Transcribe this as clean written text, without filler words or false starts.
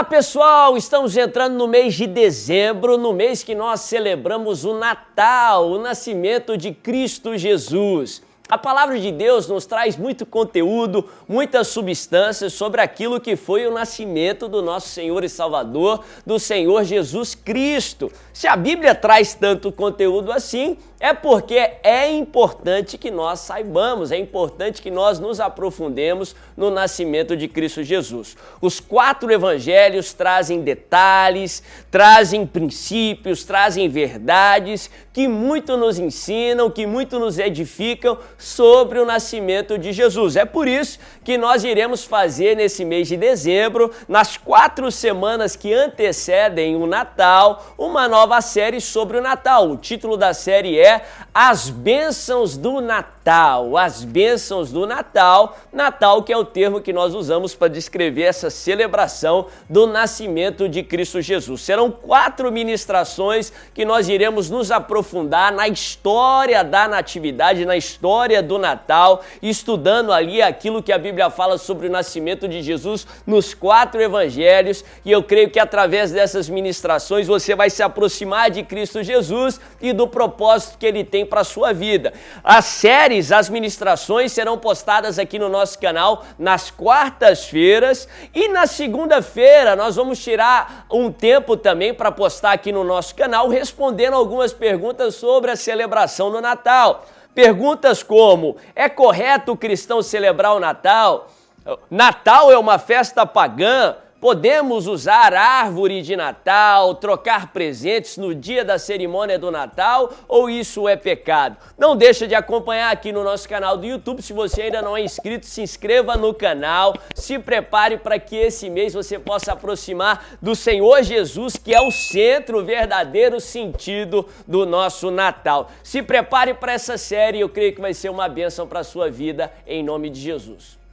Pessoal, estamos entrando no mês de dezembro, no mês que nós celebramos o Natal, o nascimento de Cristo Jesus. A palavra de Deus nos traz muito conteúdo, muitas substâncias sobre aquilo que foi o nascimento do nosso Senhor e Salvador, do Senhor Jesus Cristo. Se a Bíblia traz tanto conteúdo assim, é porque é importante que nós saibamos, é importante que nós nos aprofundemos no nascimento de Cristo Jesus. Os 4 evangelhos trazem detalhes, trazem princípios, trazem verdades que muito nos ensinam, que muito nos edificam sobre o nascimento de Jesus. É por isso que nós iremos fazer nesse mês de dezembro, nas 4 semanas que antecedem o Natal, uma nova série sobre o Natal. O título da série é As Bênçãos do Natal. As Bênçãos do Natal. Natal, que é o termo que nós usamos para descrever essa celebração do nascimento de Cristo Jesus. Serão 4 ministrações que nós iremos nos aprofundar na história da natividade, na história do Natal, estudando ali aquilo que a Bíblia fala sobre o nascimento de Jesus nos 4 evangelhos, e eu creio que através dessas ministrações você vai se aproximar de Cristo Jesus e do propósito que ele tem para a sua vida. As séries, as ministrações serão postadas aqui no nosso canal nas quartas-feiras, e na segunda-feira nós vamos tirar um tempo também para postar aqui no nosso canal, respondendo algumas perguntas sobre a celebração do Natal. Perguntas como: é correto o cristão celebrar o Natal? Natal é uma festa pagã? Podemos usar árvore de Natal, trocar presentes no dia da cerimônia do Natal, ou isso é pecado? Não deixa de acompanhar aqui no nosso canal do YouTube. Se você ainda não é inscrito, se inscreva no canal, se prepare para que esse mês você possa aproximar do Senhor Jesus, que é o centro, o verdadeiro sentido do nosso Natal. Se prepare para essa série, eu creio que vai ser uma bênção para a sua vida, em nome de Jesus.